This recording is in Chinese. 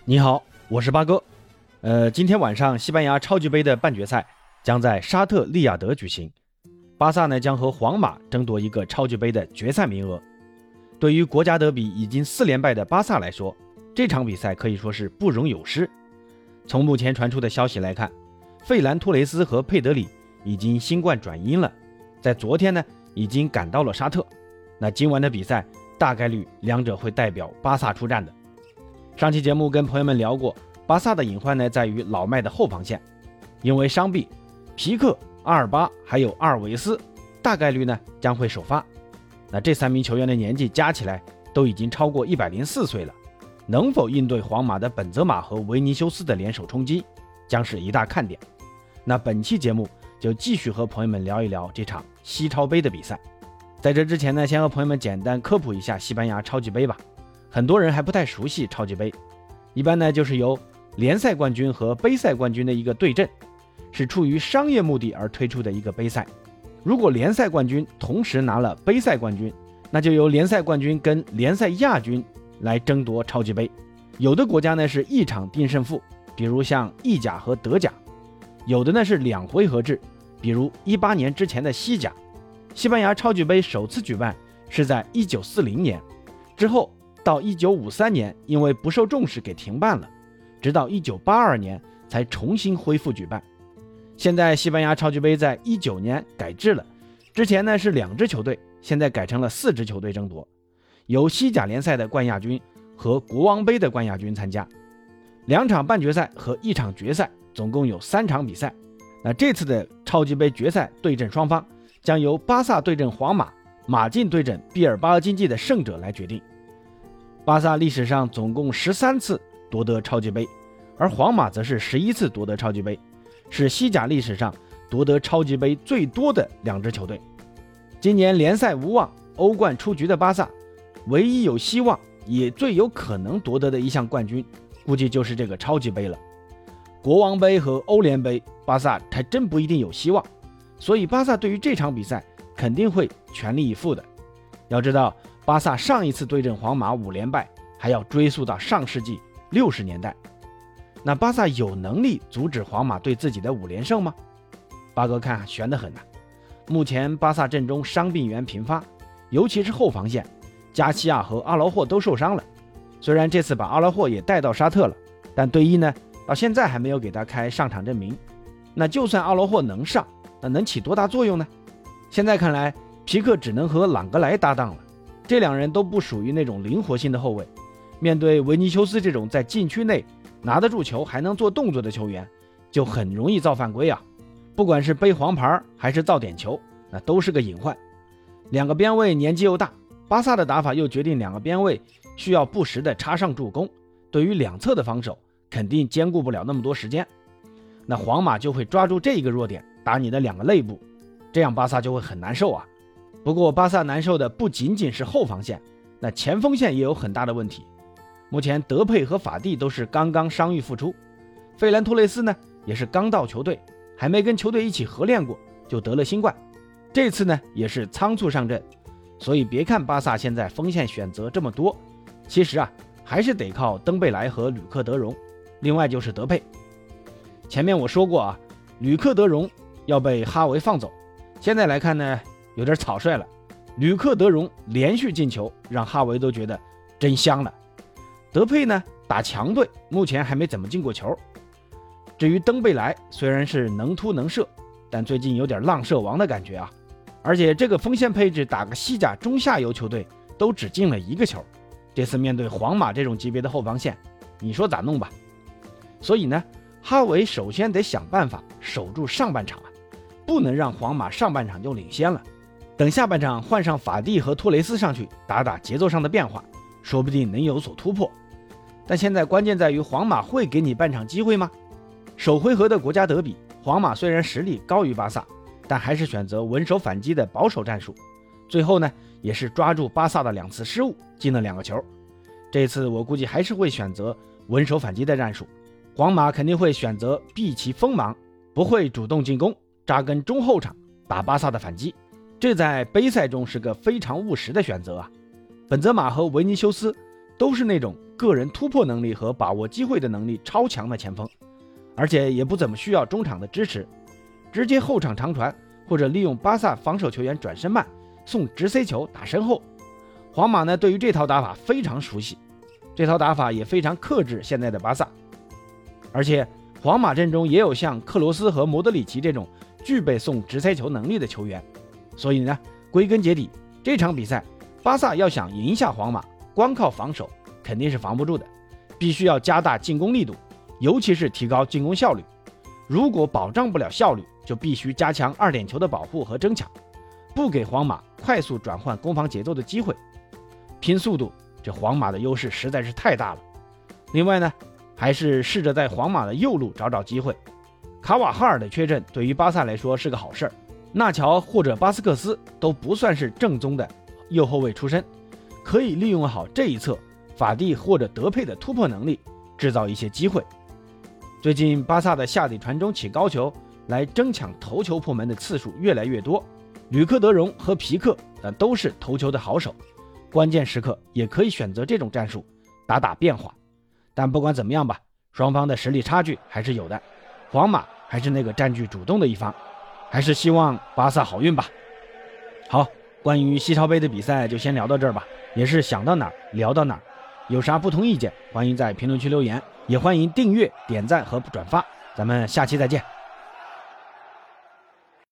你好，我是八哥。今天晚上西班牙超级杯的半决赛将在沙特利雅得举行，巴萨呢将和皇马争夺一个超级杯的决赛名额。对于国家德比已经4连败的巴萨来说，这场比赛可以说是不容有失。从目前传出的消息来看，费兰托雷斯和佩德里已经新冠转阴了，在昨天呢已经赶到了沙特。那今晚的比赛大概率两者会代表巴萨出战的。上期节目跟朋友们聊过，巴萨的隐患呢在于老迈的后防线，因为伤病，皮克、阿尔巴还有阿尔维斯大概率呢将会首发。那这3名球员的年纪加起来都已经超过104岁了，能否应对皇马的本泽马和维尼修斯的联手冲击，将是一大看点。那本期节目就继续和朋友们聊一聊这场西超杯的比赛。在这之前呢，先和朋友们简单科普一下西班牙超级杯吧。很多人还不太熟悉超级杯，一般呢就是由联赛冠军和杯赛冠军的一个对阵，是出于商业目的而推出的一个杯赛。如果联赛冠军同时拿了杯赛冠军，那就由联赛冠军跟联赛亚军来争夺超级杯。有的国家呢是一场定胜负，比如像意甲和德甲；有的呢是2回合制，比如18年之前的西甲。西班牙超级杯首次举办是在1940年，之后到1953年因为不受重视给停办了，直到1982年才重新恢复举办。现在西班牙超级杯在19年改制了，之前呢是2支球队，现在改成了4支球队争夺，由西甲联赛的冠亚军和国王杯的冠亚军参加，2场半决赛和1场决赛，总共有3场比赛。那这次的超级杯决赛对阵双方将由巴萨对阵皇马，马竞对阵毕尔巴鄂竞技的胜者来决定。巴萨历史上总共13次夺得超级杯，而皇马则是11次夺得超级杯，是西甲历史上夺得超级杯最多的2支球队。今年联赛无望，欧冠出局的巴萨，唯一有希望也最有可能夺得的一项冠军，估计就是这个超级杯了。国王杯和欧联杯，巴萨还真不一定有希望，所以巴萨对于这场比赛肯定会全力以赴的。要知道，巴萨上一次对阵皇马5连败还要追溯到上世纪60年代。那巴萨有能力阻止皇马对自己的5连胜吗？八哥看悬得很啊。目前巴萨阵中伤病源频发，尤其是后防线，加西亚和阿劳霍都受伤了。虽然这次把阿劳霍也带到沙特了，但队医呢到现在还没有给他开上场证明。那就算阿劳霍能上，那能起多大作用呢？现在看来，皮克只能和朗格莱搭档了。这2人都不属于那种灵活性的后卫，面对维尼修斯这种在禁区内拿得住球还能做动作的球员，就很容易造犯规啊！不管是背黄牌还是造点球，那都是个隐患。2个边卫年纪又大，巴萨的打法又决定2个边卫需要不时的插上助攻，对于两侧的防守肯定兼顾不了那么多时间。那皇马就会抓住这个弱点打你的2个肋部，这样巴萨就会很难受啊。不过巴萨难受的不仅仅是后防线，那前锋线也有很大的问题。目前德佩和法蒂都是刚刚伤愈复出，费兰托雷斯呢也是刚到球队，还没跟球队一起合练过就得了新冠，这次呢也是仓促上阵。所以别看巴萨现在锋线选择这么多，其实还是得靠登贝莱和吕克德容，另外就是德佩。前面我说过吕克德容要被哈维放走，现在来看呢有点草率了。吕克德容连续进球让哈维都觉得真香了。德佩呢打强队，目前还没怎么进过球。至于登贝莱，虽然是能突能射，但最近有点浪射王的感觉啊。而且这个锋线配置打个西甲中下游球队都只进了1个球，这次面对皇马这种级别的后防线，你说咋弄吧？所以呢，哈维首先得想办法守住上半场不能让皇马上半场就领先了。等下半场换上法蒂和托雷斯上去打打节奏上的变化，说不定能有所突破。但现在关键在于皇马会给你半场机会吗？首回合的国家德比，皇马虽然实力高于巴萨，但还是选择稳守反击的保守战术，最后呢也是抓住巴萨的2次失误进了2个球。这次我估计还是会选择稳守反击的战术，皇马肯定会选择避其锋芒，不会主动进攻，扎根中后场打巴萨的反击，这在杯赛中是个非常务实的选择啊。本泽马和维尼修斯都是那种个人突破能力和把握机会的能力超强的前锋，而且也不怎么需要中场的支持，直接后场长传，或者利用巴萨防守球员转身慢送直塞球打身后。皇马呢对于这套打法非常熟悉，这套打法也非常克制现在的巴萨，而且皇马阵中也有像克罗斯和莫德里奇这种具备送直塞球能力的球员，所以呢归根结底，这场比赛巴萨要想赢下皇马，光靠防守肯定是防不住的，必须要加大进攻力度，尤其是提高进攻效率。如果保障不了效率，就必须加强2点球的保护和争抢，不给皇马快速转换攻防节奏的机会。拼速度，这皇马的优势实在是太大了。另外呢，还是试着在皇马的右路找找机会。卡瓦哈尔的缺阵对于巴萨来说是个好事儿，纳乔或者巴斯克斯都不算是正宗的右后卫出身，可以利用好这一侧法蒂或者德佩的突破能力，制造一些机会。最近巴萨的下底传中起高球来争抢头球破门的次数越来越多，吕克德容和皮克都是头球的好手，关键时刻也可以选择这种战术打变化。但不管怎么样吧，双方的实力差距还是有的，皇马还是那个占据主动的一方，还是希望巴萨好运吧。好，关于西超杯的比赛就先聊到这儿吧，也是想到哪儿聊到哪儿，有啥不同意见欢迎在评论区留言，也欢迎订阅点赞和转发，咱们下期再见。